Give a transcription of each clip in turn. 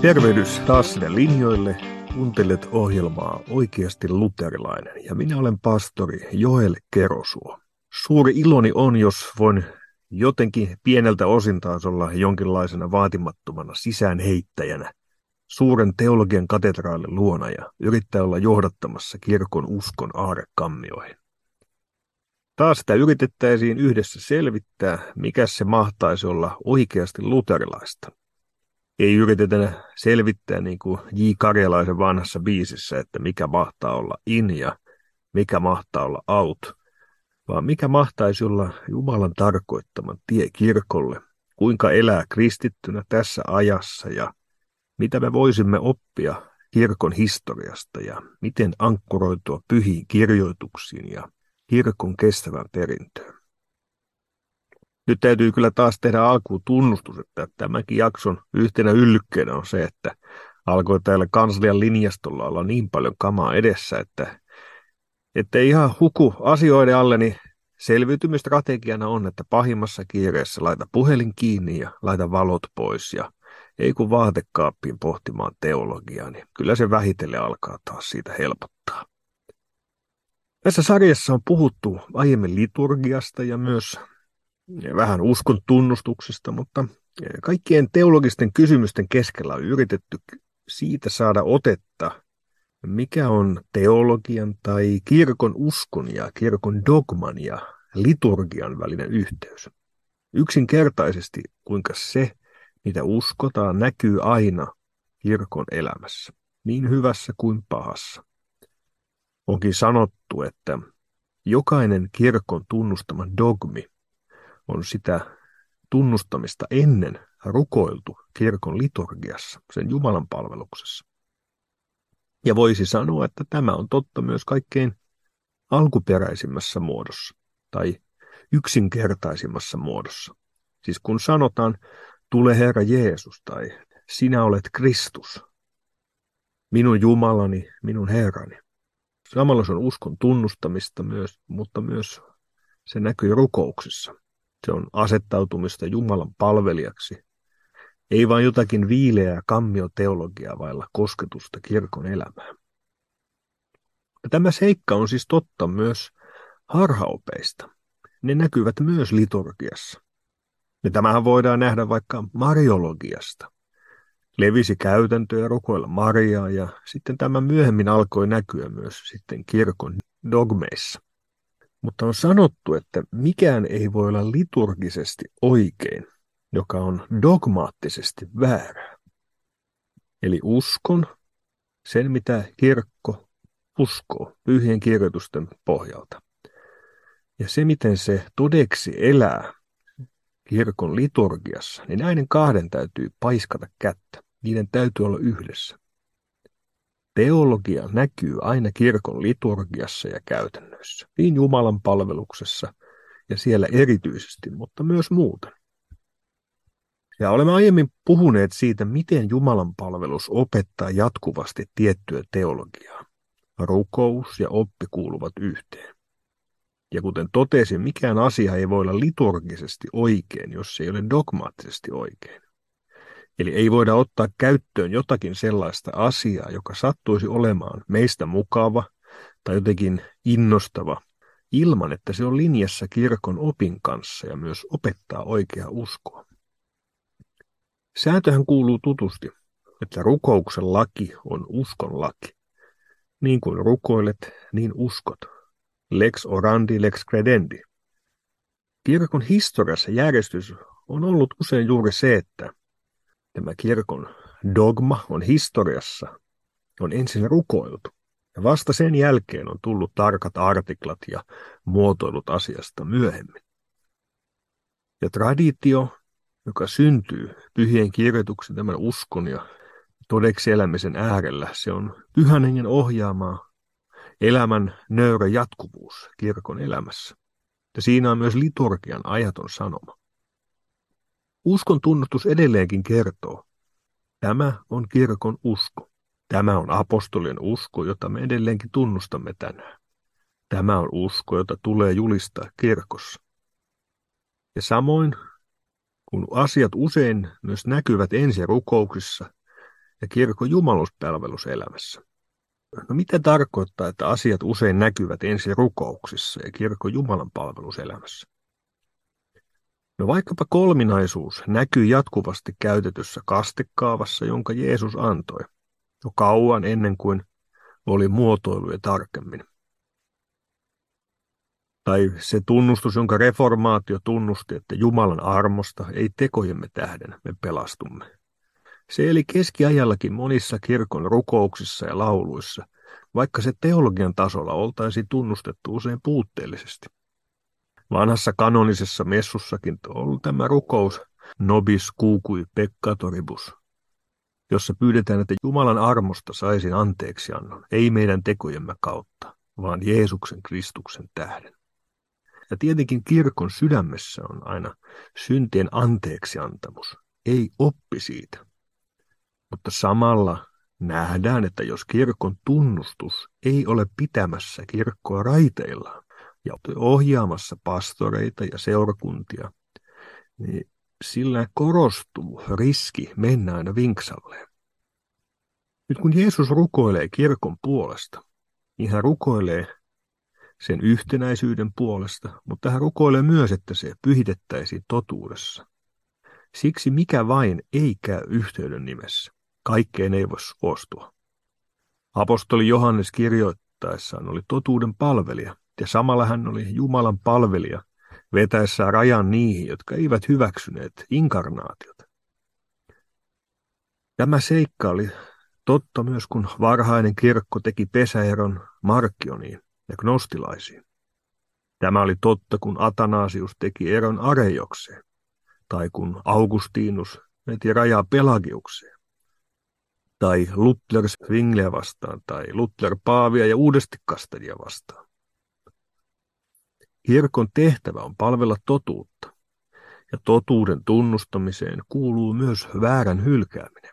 Tervehdys taas sinne linjoille. Kuuntelet ohjelmaa Oikeasti luterilainen ja minä olen pastori Joel Kerosuo. Suuri iloni on, jos voin jotenkin pieneltä osin taas olla jonkinlaisena vaatimattomana sisäänheittäjänä suuren teologian katedraalin luona ja yrittää olla johdattamassa kirkon uskon aarrekammioihin. Taas sitä yritettäisiin yhdessä selvittää, mikä se mahtaisi olla oikeasti luterilaista. Ei yritetä selvittää niin kuin J. Karjalaisen vanhassa biisissä, että mikä mahtaa olla in ja mikä mahtaa olla out, vaan mikä mahtaisi olla Jumalan tarkoittaman tie kirkolle, kuinka elää kristittynä tässä ajassa ja mitä me voisimme oppia kirkon historiasta ja miten ankkuroitua pyhiin kirjoituksiin ja kirkon kestävään perintöön. Nyt täytyy kyllä taas tehdä alkuun tunnustus, että tämänkin jakson yhtenä yllykkeenä on se, että alkoi täällä kanslian linjastolla olla niin paljon kamaa edessä, että ihan huku asioiden alle, niin selviytymistrategiana on, että pahimmassa kiireessä laita puhelin kiinni ja laita valot pois ja ei kun vaatekaappiin pohtimaan teologiaa, niin kyllä se vähitellen alkaa taas siitä helpottaa. Tässä sarjassa on puhuttu aiemmin liturgiasta ja myös vähän uskon tunnustuksesta, mutta kaikkien teologisten kysymysten keskellä on yritetty siitä saada otetta, mikä on teologian tai kirkon uskon ja kirkon dogman ja liturgian välinen yhteys. Yksinkertaisesti, kuinka se, mitä uskotaan, näkyy aina kirkon elämässä, niin hyvässä kuin pahassa. Onkin sanottu, että jokainen kirkon tunnustama dogmi on sitä tunnustamista ennen rukoiltu kirkon liturgiassa, sen Jumalan palveluksessa. Ja voisi sanoa, että tämä on totta myös kaikkein alkuperäisimmässä muodossa tai yksinkertaisimmassa muodossa. Siis kun sanotaan, tule Herra Jeesus tai sinä olet Kristus, minun Jumalani, minun Herrani. Samalla se on uskon tunnustamista myös, mutta myös se näkyy rukouksissa. Se on asettautumista Jumalan palvelijaksi, ei vain jotakin viileää kammioteologiaa vailla kosketusta kirkon elämään. Tämä seikka on siis totta myös harhaopeista. Ne näkyvät myös liturgiassa. Ja tämähän voidaan nähdä vaikka mariologiasta. Levisi käytäntöjä rukoilla Mariaa ja sitten tämä myöhemmin alkoi näkyä myös sitten kirkon dogmeissa. Mutta on sanottu, että mikään ei voi olla liturgisesti oikein, joka on dogmaattisesti väärää. Eli uskon sen, mitä kirkko uskoo pyhien kirjoitusten pohjalta. Ja se, miten se todeksi elää kirkon liturgiassa, niin näiden kahden täytyy paiskata kättä. Niiden täytyy olla yhdessä. Teologia näkyy aina kirkon liturgiassa ja käytännöissä, niin Jumalan palveluksessa ja siellä erityisesti, mutta myös muuten. Ja olemme aiemmin puhuneet siitä, miten Jumalan palvelus opettaa jatkuvasti tiettyä teologiaa. Rukous ja oppi kuuluvat yhteen. Ja kuten totesin, mikään asia ei voi olla liturgisesti oikein, jos se ei ole dogmaattisesti oikein. Eli ei voida ottaa käyttöön jotakin sellaista asiaa, joka sattuisi olemaan meistä mukava tai jotenkin innostava, ilman että se on linjassa kirkon opin kanssa ja myös opettaa oikeaa uskoa. Sääntöhän kuuluu tutusti, että rukouksen laki on uskon laki. Niin kuin rukoilet, niin uskot. Lex orandi, lex credendi. Kirkon historiassa järjestys on ollut usein juuri se, että tämä kirkon dogma on historiassa, on ensin rukoiltu. Ja vasta sen jälkeen on tullut tarkat artiklat ja muotoilut asiasta myöhemmin. Ja traditio, joka syntyy pyhien kirjoituksen tämän uskon ja todeksi elämisen äärellä, se on Pyhän Hengen ohjaamaa elämän nöyrä jatkuvuus kirkon elämässä. Ja siinä on myös liturgian ajaton sanoma. Uskon tunnustus edelleenkin kertoo, tämä on kirkon usko. Tämä on apostolien usko, jota me edelleenkin tunnustamme tänään. Tämä on usko, jota tulee julistaa kirkossa. Ja samoin, kun asiat usein myös näkyvät ensi rukouksissa ja kirkon jumaluspalveluselämässä. No mitä tarkoittaa, että asiat usein näkyvät ensin rukouksissa ja kirkon Jumalan palveluselämässä? No vaikkapa kolminaisuus näkyy jatkuvasti käytetyssä kastekaavassa, jonka Jeesus antoi jo kauan ennen kuin oli muotoiluja tarkemmin. Tai se tunnustus, jonka reformaatio tunnusti, että Jumalan armosta ei tekojemme tähden me pelastumme. Se eli keskiajallakin monissa kirkon rukouksissa ja lauluissa, vaikka se teologian tasolla oltaisiin tunnustettu usein puutteellisesti. Vanhassa kanonisessa messussakin on tämä rukous nobis cucui peccatoribus, jossa pyydetään, että Jumalan armosta saisin anteeksiannon, ei meidän tekojemme kautta, vaan Jeesuksen Kristuksen tähden. Ja tietenkin kirkon sydämessä on aina syntien anteeksiantamus, ei oppi siitä. Mutta samalla nähdään, että jos kirkon tunnustus ei ole pitämässä kirkkoa raiteillaan ja ohjaamassa pastoreita ja seurakuntia, niin sillä korostuu riski mennä aina vinksalleen. Nyt kun Jeesus rukoilee kirkon puolesta, niin hän rukoilee sen yhtenäisyyden puolesta, mutta hän rukoilee myös, että se pyhitettäisiin totuudessa. Siksi mikä vain ei käy yhteyden nimessä. Kaikkeen ei voi suostua. Apostoli Johannes kirjoittaessaan oli totuuden palvelija, ja samalla hän oli Jumalan palvelija, vetäessään rajan niihin, jotka eivät hyväksyneet inkarnaatiota. Tämä seikka oli totta myös, kun varhainen kirkko teki pesäeron Markioniin ja gnostilaisiin. Tämä oli totta, kun Atanasius teki eron Areiokseen, tai kun Augustinus veti rajaa Pelagiukseen, tai Luther Zwingliä vastaan, tai Luther Paavia ja uudesti Kastadia vastaan. Kirkon tehtävä on palvella totuutta, ja totuuden tunnustamiseen kuuluu myös väärän hylkääminen.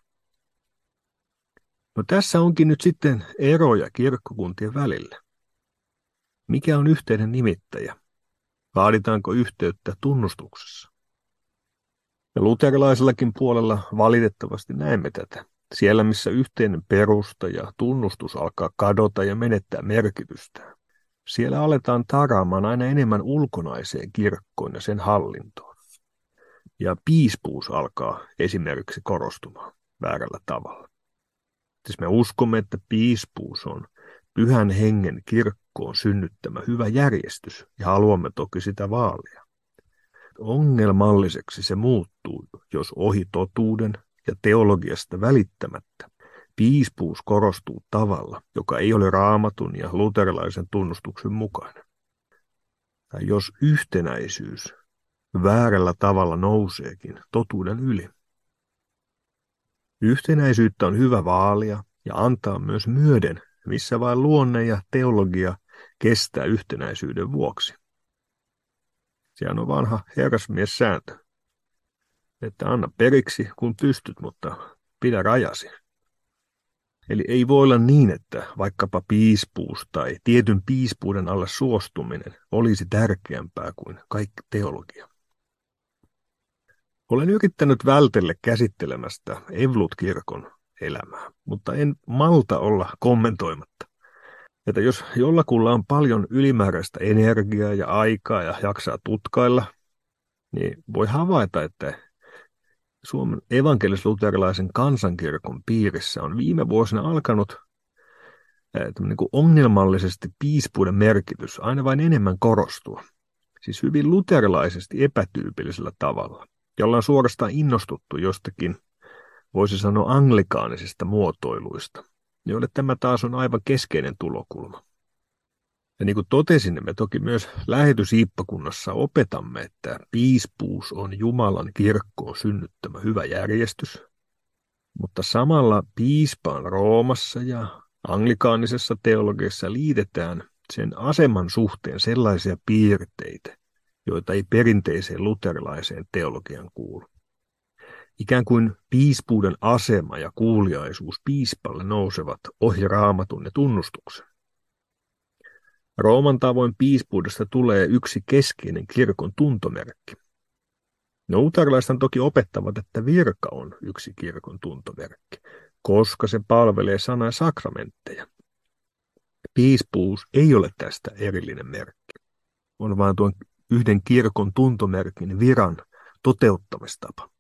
No tässä onkin nyt sitten eroja kirkkokuntien välillä. Mikä on yhteinen nimittäjä? Vaaditaanko yhteyttä tunnustuksessa? Ja luterilaisellakin puolella valitettavasti näemme tätä. Siellä, missä yhteinen perusta ja tunnustus alkaa kadota ja menettää merkitystään. Siellä aletaan taraamaan aina enemmän ulkonaiseen kirkkoon ja sen hallintoon. Ja piispuus alkaa esimerkiksi korostumaan väärällä tavalla. Siis me uskomme, että piispuus on Pyhän Hengen kirkkoon synnyttämä hyvä järjestys ja haluamme toki sitä vaalia. Ongelmalliseksi se muuttuu, jos ohi totuuden ja teologiasta välittämättä piispuus korostuu tavalla, joka ei ole Raamatun ja luterilaisen tunnustuksen mukainen. Tai jos yhtenäisyys väärällä tavalla nouseekin totuuden yli. Yhtenäisyyttä on hyvä vaalia ja antaa myös myöden, missä vain luonne ja teologia kestää yhtenäisyyden vuoksi. Sehän on vanha herrasmiessääntö, että anna periksi kun pystyt, mutta pidä rajasi. Eli ei voi olla niin, että vaikkapa piispuus tai tietyn piispuuden alle suostuminen olisi tärkeämpää kuin kaikki teologia. Olen yrittänyt vältellä käsittelemästä Evankelis-kirkon elämää, mutta en malta olla kommentoimatta. Että jos jollakulla on paljon ylimääräistä energiaa ja aikaa ja jaksaa tutkailla, niin voi havaita, että Suomen evankelis-luterilaisen kansankirkon piirissä on viime vuosina alkanut niin kuin ongelmallisesti piispuuden merkitys aina vain enemmän korostua. Siis hyvin luterilaisesti epätyypillisellä tavalla, jolla on suorastaan innostuttu jostakin, voisi sanoa anglikaanisista muotoiluista, joille tämä taas on aivan keskeinen tulokulma. Ja niin kuin totesin, me toki myös lähetysiippakunnassa opetamme, että piispuus on Jumalan kirkkoon synnyttämä hyvä järjestys, mutta samalla piispaan Roomassa ja anglikaanisessa teologiassa liitetään sen aseman suhteen sellaisia piirteitä, joita ei perinteiseen luterilaiseen teologiaan kuulu. Ikään kuin piispuuden asema ja kuuliaisuus piispalle nousevat ohi Raamatun ja tunnustuksen. Rooman tavoin piispuudesta tulee yksi keskeinen kirkon tuntomerkki. Luterilaiset toki opettavat, että virka on yksi kirkon tuntomerkki, koska se palvelee sana- ja sakramentteja. Piispuus ei ole tästä erillinen merkki. On vain tuon yhden kirkon tuntomerkin viran toteuttamistapa.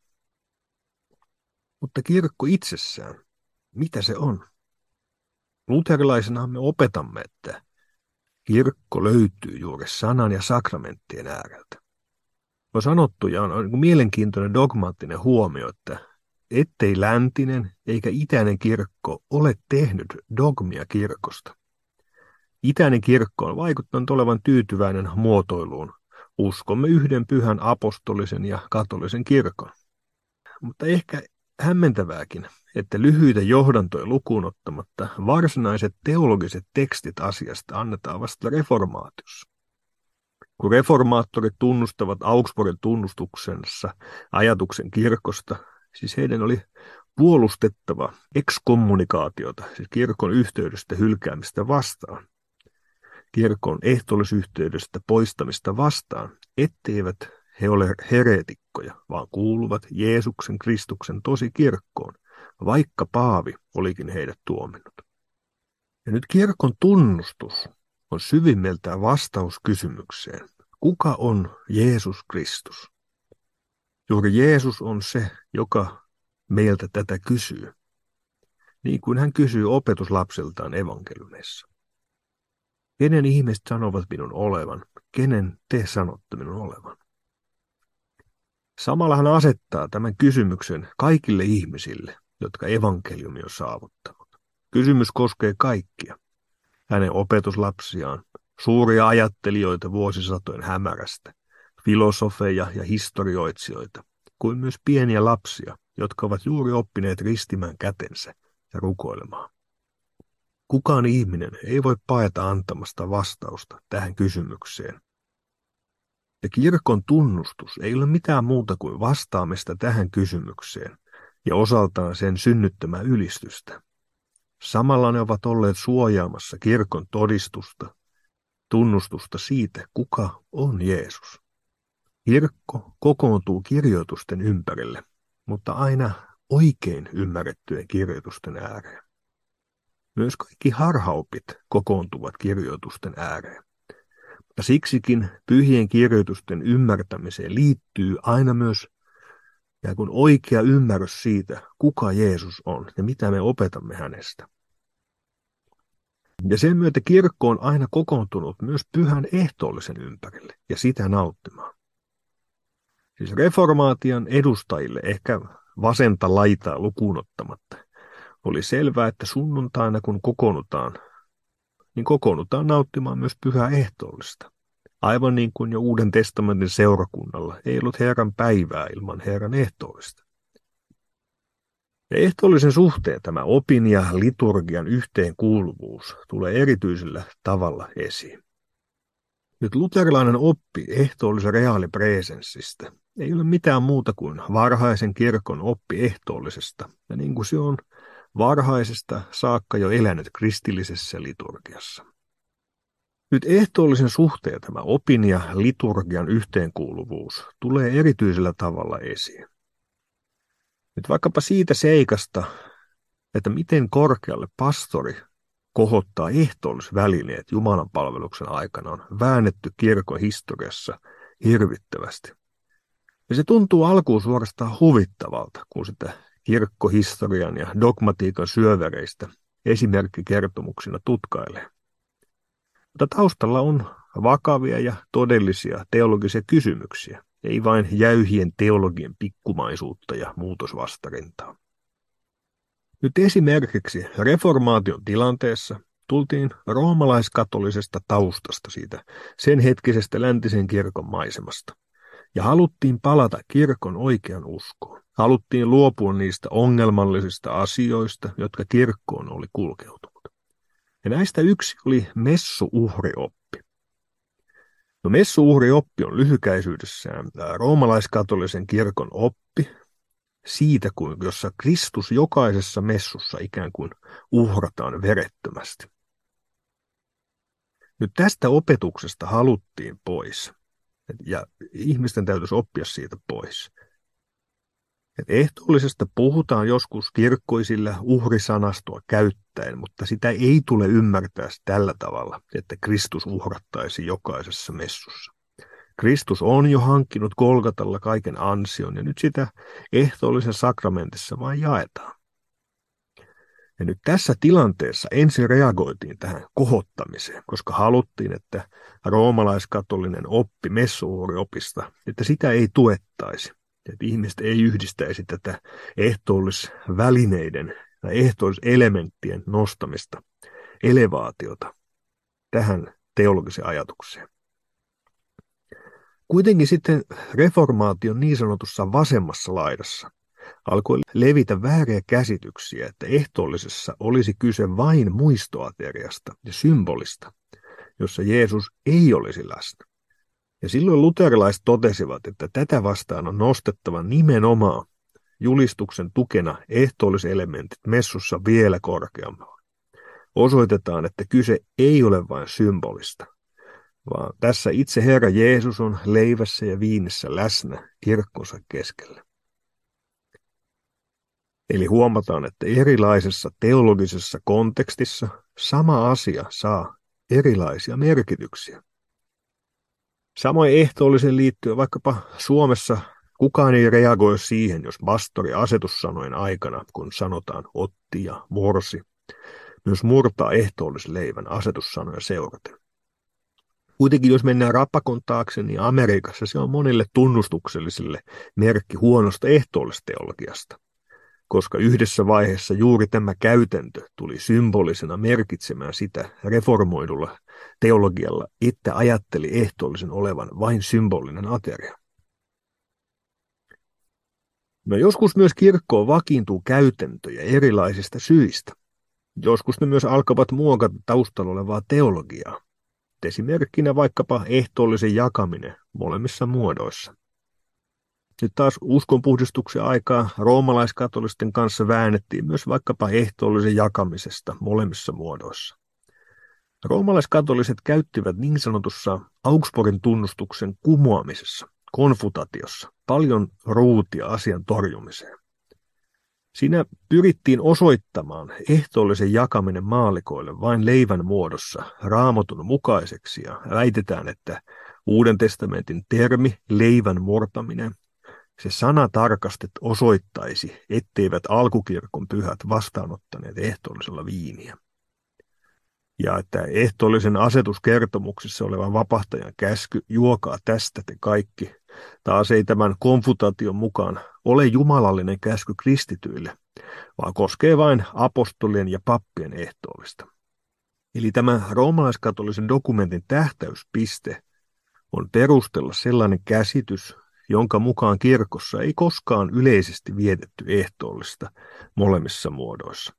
Mutta kirkko itsessään, mitä se on? Luterilaisena me opetamme, että kirkko löytyy juuri sanan ja sakramenttien ääreltä. On sanottu ja on mielenkiintoinen dogmaattinen huomio, että ettei läntinen eikä itäinen kirkko ole tehnyt dogmia kirkosta. Itäinen kirkko on vaikuttanut olevan tyytyväinen muotoiluun. Uskomme yhden pyhän apostolisen ja katolisen kirkon. Mutta ehkä hämmentävääkin, että lyhyitä johdantoja lukuun ottamatta varsinaiset teologiset tekstit asiasta annetaan vasta reformaatiossa. Kun reformaattorit tunnustavat Augsburgin tunnustuksensa ajatuksen kirkosta, siis heidän oli puolustettava ekskommunikaatiota, siis kirkon yhteydestä hylkäämistä vastaan, kirkon ehtoollisyhteydestä poistamista vastaan, etteivät he ole hereetikkoja, vaan kuuluvat Jeesuksen Kristuksen tosi kirkkoon, vaikka Paavi olikin heidät tuominnut. Ja nyt kirkon tunnustus on syvimmältään vastaus kysymykseen, kuka on Jeesus Kristus? Juuri Jeesus on se, joka meiltä tätä kysyy, niin kuin hän kysyy opetuslapsiltaan evankeliumeissa. Kenen ihmiset sanovat minun olevan? Kenen te sanotte minun olevan? Samalla hän asettaa tämän kysymyksen kaikille ihmisille, jotka evankeliumi on saavuttanut. Kysymys koskee kaikkia. Hänen opetuslapsiaan, suuria ajattelijoita vuosisatojen hämärästä, filosofeja ja historioitsijoita, kuin myös pieniä lapsia, jotka ovat juuri oppineet ristimään kätensä ja rukoilemaan. Kukaan ihminen ei voi paeta antamasta vastausta tähän kysymykseen. Ja kirkon tunnustus ei ole mitään muuta kuin vastaamista tähän kysymykseen ja osaltaan sen synnyttämää ylistystä. Samalla ne ovat olleet suojaamassa kirkon todistusta, tunnustusta siitä, kuka on Jeesus. Kirkko kokoontuu kirjoitusten ympärille, mutta aina oikein ymmärrettyjen kirjoitusten ääreen. Myös kaikki harhaopit kokoontuvat kirjoitusten ääreen. Ja siksikin pyhien kirjoitusten ymmärtämiseen liittyy aina myös oikea ymmärrys siitä, kuka Jeesus on ja mitä me opetamme hänestä. Ja sen myötä kirkko on aina kokoontunut myös pyhän ehtoollisen ympärille ja sitä nauttimaan. Siis reformaation edustajille, ehkä vasenta laitaa lukuun ottamatta, oli selvää, että sunnuntaina kun kokoonnutaan, niin kokoonnutaan nauttimaan myös pyhää ehtoollista. Aivan niin kuin jo Uuden testamentin seurakunnalla ei ollut Herran päivää ilman Herran ehtoollista. Ja ehtoollisen suhteen tämä opin ja liturgian yhteenkuuluvuus tulee erityisellä tavalla esiin. Nyt luterilainen oppi ehtoollisen reaalipresenssistä ei ole mitään muuta kuin varhaisen kirkon oppi ehtoollisesta, ja niin kuin se on varhaisesta saakka jo elänyt kristillisessä liturgiassa. Nyt ehtoollisen suhteen tämä opin ja liturgian yhteenkuuluvuus tulee erityisellä tavalla esiin. Nyt vaikkapa siitä seikasta, että miten korkealle pastori kohottaa ehtoollisvälineet Jumalan palveluksen aikana on väännetty kirkon historiassa hirvittävästi. Ja se tuntuu alkuun suorastaan huvittavalta, kun sitä kirkkohistorian ja dogmatiikan syövereistä esimerkkikertomuksina tutkailee. Mutta taustalla on vakavia ja todellisia teologisia kysymyksiä, ei vain jäyhien teologien pikkumaisuutta ja muutosvastarintaa. Nyt esimerkiksi reformaation tilanteessa tultiin roomalaiskatolisesta taustasta siitä sen hetkisestä läntisen kirkon maisemasta ja haluttiin palata kirkon oikean uskoon. Haluttiin luopua niistä ongelmallisista asioista, jotka kirkkoon oli kulkeutunut. Ja näistä yksi oli messuuhrioppi. No, messuuhrioppi on lyhykäisyydessään roomalaiskatolisen kirkon oppi siitä, jossa Kristus jokaisessa messussa ikään kuin uhrataan verettömästi. Nyt tästä opetuksesta haluttiin pois, ja ihmisten täytyisi oppia siitä pois. Ehtoollisesta puhutaan joskus kirkkoisilla uhrisanastoa käyttäen, mutta sitä ei tule ymmärtää tällä tavalla, että Kristus uhrattaisi jokaisessa messussa. Kristus on jo hankkinut Golgatalla kaiken ansion ja nyt sitä ehtoollisen sakramentissa vain jaetaan. Ja nyt tässä tilanteessa ensin reagoitiin tähän kohottamiseen, koska haluttiin, että roomalaiskatolinen oppi messuuhriopista, että sitä ei tuettaisi. Että ihmiset ei yhdistäisi tätä ehtoollisvälineiden tai ehtoolliselementtien nostamista, elevaatiota tähän teologiseen ajatukseen. Kuitenkin sitten reformaation niin sanotussa vasemmassa laidassa alkoi levitä vääriä käsityksiä, että ehtoollisessa olisi kyse vain muistoateriasta ja symbolista, jossa Jeesus ei olisi läsnä. Ja silloin luterilaiset totesivat, että tätä vastaan on nostettava nimenomaan julistuksen tukena ehtoolliselementit messussa vielä korkeammalle. Osoitetaan, että kyse ei ole vain symbolista, vaan tässä itse Herra Jeesus on leivässä ja viinissä läsnä kirkkonsa keskellä. Eli huomataan, että erilaisessa teologisessa kontekstissa sama asia saa erilaisia merkityksiä. Samoin ehtoolliseen liittyen vaikkapa Suomessa kukaan ei reagoi siihen, jos pastori asetussanojen aikana, kun sanotaan otti ja morsi, myös murtaa ehtoollisleivän asetussanoja seuraten. Kuitenkin jos mennään rapakon taakse, niin Amerikassa se on monille tunnustuksellisille merkki huonosta ehtoollisteologiasta, koska yhdessä vaiheessa juuri tämä käytäntö tuli symbolisena merkitsemään sitä reformoidulla teologialla, että ajatteli ehtoollisen olevan vain symbolinen ateria. No joskus myös kirkkoon vakiintuu käytäntöjä erilaisista syistä. Joskus ne myös alkavat muokata taustalla olevaa teologiaa. Esimerkkinä vaikkapa ehtoollisen jakaminen molemmissa muodoissa. Nyt taas uskonpuhdistuksen aikaa roomalaiskatolisten kanssa väännettiin myös vaikkapa ehtoollisen jakamisesta molemmissa muodoissa. Roomalaiskatoliset käyttivät niin sanotussa Augsburgin tunnustuksen kumoamisessa, konfutatiossa, paljon ruutia asian torjumiseen. Siinä pyrittiin osoittamaan ehtoollisen jakaminen maalikoille vain leivän muodossa Raamatun mukaiseksi ja väitetään, että Uuden testamentin termi leivän murtaminen, se sana tarkasti osoittaisi, etteivät alkukirkon pyhät vastaanottaneet ehtoollisella viiniä. Ja että ehtoollisen asetuskertomuksissa oleva vapahtajan käsky juokaa tästä te kaikki, taas ei tämän konfutaation mukaan ole jumalallinen käsky kristityille, vaan koskee vain apostolien ja pappien ehtoollista. Eli tämä roomalaiskatolisen dokumentin tähtäyspiste on perustella sellainen käsitys, jonka mukaan kirkossa ei koskaan yleisesti vietetty ehtoollista molemmissa muodoissa.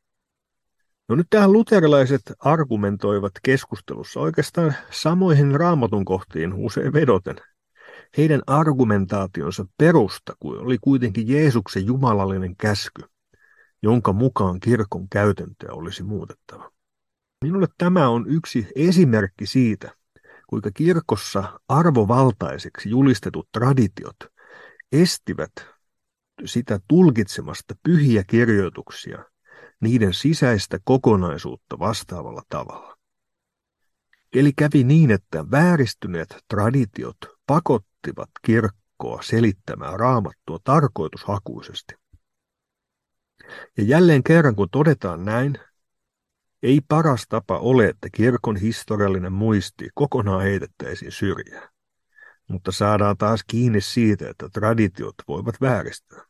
No nyt tähän luterilaiset argumentoivat keskustelussa oikeastaan samoihin Raamatun kohtiin usein vedoten. Heidän argumentaationsa perusta oli kuitenkin Jeesuksen jumalallinen käsky, jonka mukaan kirkon käytäntöä olisi muutettava. Minulle tämä on yksi esimerkki siitä, kuinka kirkossa arvovaltaiseksi julistetut traditiot estivät sitä tulkitsemasta pyhiä kirjoituksia niiden sisäistä kokonaisuutta vastaavalla tavalla. Eli kävi niin, että vääristyneet traditiot pakottivat kirkkoa selittämään Raamattua tarkoitushakuisesti. Ja jälleen kerran, kun todetaan näin, ei paras tapa ole, että kirkon historiallinen muisti kokonaan heitettäisiin syrjään, mutta saadaan taas kiinni siitä, että traditiot voivat vääristyä.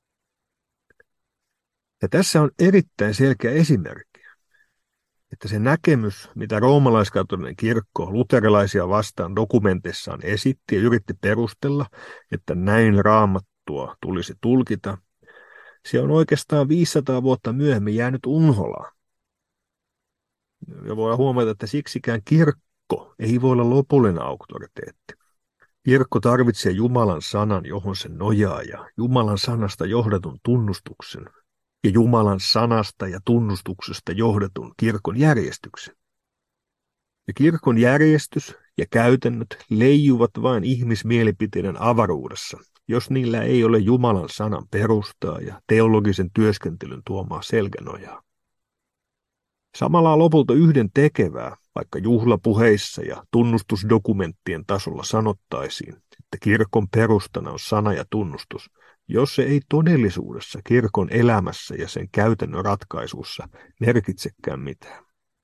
Ja tässä on erittäin selkeä esimerkki, että se näkemys, mitä roomalaiskatolinen kirkko luterilaisia vastaan dokumentissaan esitti ja yritti perustella, että näin Raamattua tulisi tulkita, se on oikeastaan 500 vuotta myöhemmin jäänyt unholaan. Ja voidaan huomata, että siksikään kirkko ei voi olla lopullinen auktoriteetti. Kirkko tarvitsee Jumalan sanan, johon se nojaa, ja Jumalan sanasta johdetun tunnustuksen, ja Jumalan sanasta ja tunnustuksesta johdetun kirkon järjestyksen. Ja kirkon järjestys ja käytännöt leijuvat vain ihmismielipiteiden avaruudessa, jos niillä ei ole Jumalan sanan perustaa ja teologisen työskentelyn tuomaa selkänojaa. Samalla lopulta yhden tekevää, vaikka juhlapuheissa ja tunnustusdokumenttien tasolla sanottaisiin, että kirkon perustana on sana ja tunnustus, jos se ei todellisuudessa kirkon elämässä ja sen käytännön ratkaisussa merkitsekään mitään.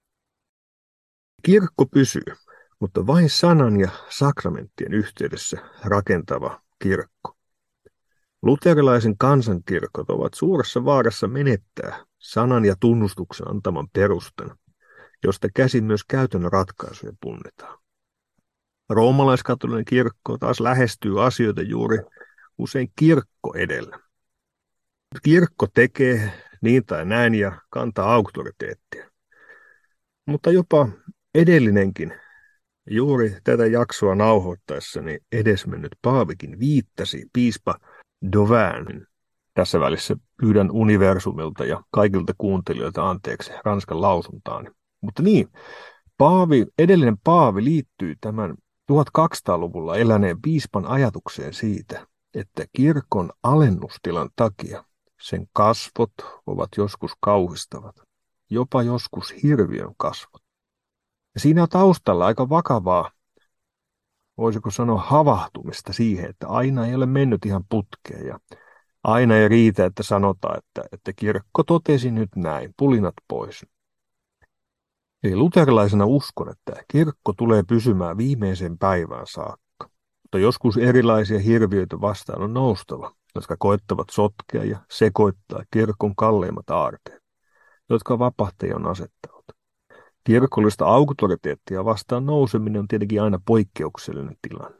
Kirkko pysyy, mutta vain sanan ja sakramenttien yhteydessä rakentava kirkko. Luterilaisen kansankirkot ovat suuressa vaarassa menettää sanan ja tunnustuksen antaman perustan, josta käsin myös käytännön ratkaisuja punnitaan. Roomalaiskatolinen kirkko taas lähestyy asioita juuri usein kirkko edellä. Kirkko tekee niin tai näin ja kantaa auktoriteettia. Mutta jopa edellinenkin, juuri tätä jaksoa nauhoittaessani edesmennyt paavikin viittasi piispa Dauvainin. Tässä välissä pyydän universumilta ja kaikilta kuuntelijoilta anteeksi ranskan lausuntaani. Mutta niin, edellinen paavi liittyy tämän 1200-luvulla eläneen piispan ajatukseen siitä, että kirkon alennustilan takia sen kasvot ovat joskus kauhistavat, jopa joskus hirviön kasvot. Ja siinä on taustalla aika vakavaa, voisiko sanoa havahtumista siihen, että aina ei ole mennyt ihan putkeen ja aina ei riitä, että sanotaan, että kirkko totesi nyt näin, pulinat pois. Eli luterilaisena uskon, että kirkko tulee pysymään viimeiseen päivään saakka, mutta joskus erilaisia hirviöitä vastaan on noustava, jotka koettavat sotkea ja sekoittaa kirkon kalleimmat aarteet, jotka vapahtaja on asettanut. Kirkollista auktoriteettia vastaan nouseminen on tietenkin aina poikkeuksellinen tilanne.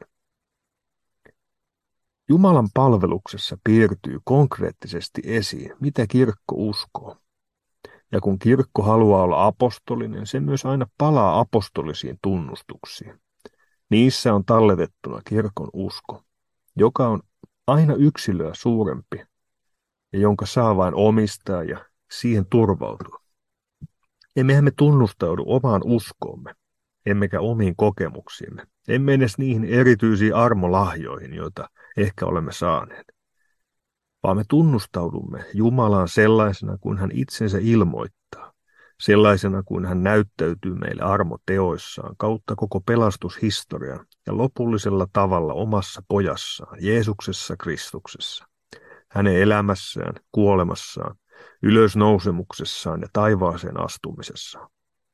Jumalan palveluksessa piirtyy konkreettisesti esiin, mitä kirkko uskoo. Ja kun kirkko haluaa olla apostolinen, se myös aina palaa apostolisiin tunnustuksiin. Niissä on talletettuna kirkon usko, joka on aina yksilöä suurempi ja jonka saa vain omistaa ja siihen turvautua. Emmehän me tunnustaudu omaan uskoomme, emmekä omiin kokemuksiimme, emme edes niihin erityisiin armolahjoihin, joita ehkä olemme saaneet, vaan me tunnustaudumme Jumalaan sellaisena kuin hän itsensä ilmoittaa, sellaisena kuin hän näyttäytyy meille armoteoissaan kautta koko pelastushistorian ja lopullisella tavalla omassa pojassaan, Jeesuksessa Kristuksessa, hänen elämässään, kuolemassaan, ylösnousemuksessaan ja taivaaseen astumisessaan.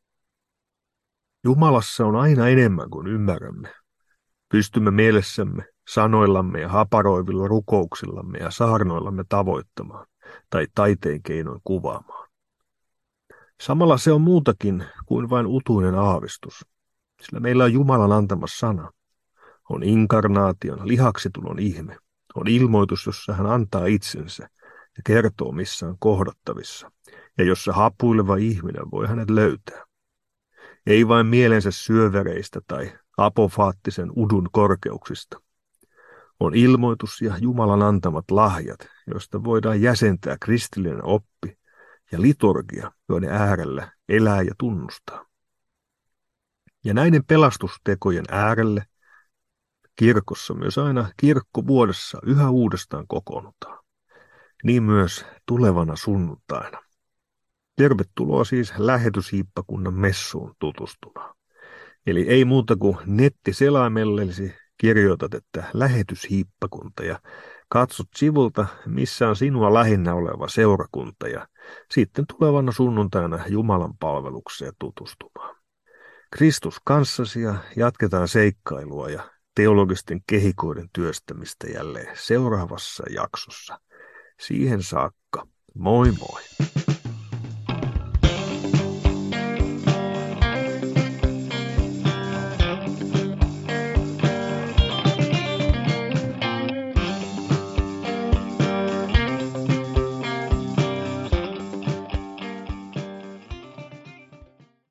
Jumalassa on aina enemmän kuin ymmärrämme. Pystymme mielessämme, sanoillamme ja haparoivilla rukouksillamme ja saarnoillamme tavoittamaan tai taiteen keinoin kuvaamaan. Samalla se on muutakin kuin vain utuinen aavistus, sillä meillä on Jumalan antama sana. On inkarnaation, lihaksitulon ihme. On ilmoitus, jossa hän antaa itsensä ja kertoo, missä on kohdattavissa, ja jossa hapuileva ihminen voi hänet löytää. Ei vain mielensä syövereistä tai apofaattisen udun korkeuksista. On ilmoitus ja Jumalan antamat lahjat, joista voidaan jäsentää kristillinen oppi ja liturgia, joiden äärellä elää ja tunnustaa. Ja näiden pelastustekojen äärelle kirkossa myös aina kirkkovuodessa yhä uudestaan kokoonnutaan. Niin myös tulevana sunnuntaina. Tervetuloa siis lähetyshiippakunnan messuun tutustumaan. Eli ei muuta kuin nettiselaimellesi kirjoitat, että lähetyshiippakunta ja katsot sivulta, missä on sinua lähinnä oleva seurakunta ja sitten tulevana sunnuntaina Jumalan palvelukseen tutustumaan. Kristus kanssasi ja jatketaan seikkailua ja teologisten kehikoiden työstämistä jälleen seuraavassa jaksossa. Siihen saakka, moi moi!